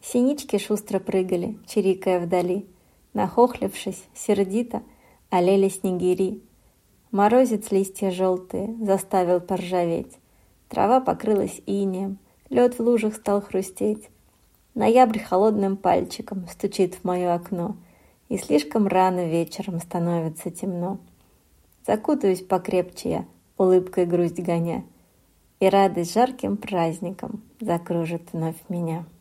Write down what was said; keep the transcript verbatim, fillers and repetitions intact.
Синички шустро прыгали, чирикая вдали. Нахохлившись, сердито, олели снегири. Морозец листья желтые заставил поржаветь. Трава покрылась инеем, лед в лужах стал хрустеть. Ноябрь холодным пальчиком стучит в мое окно, и слишком рано вечером становится темно. Закутаюсь покрепче я, улыбкой грусть гоня, и радость жарким праздником закружит вновь меня.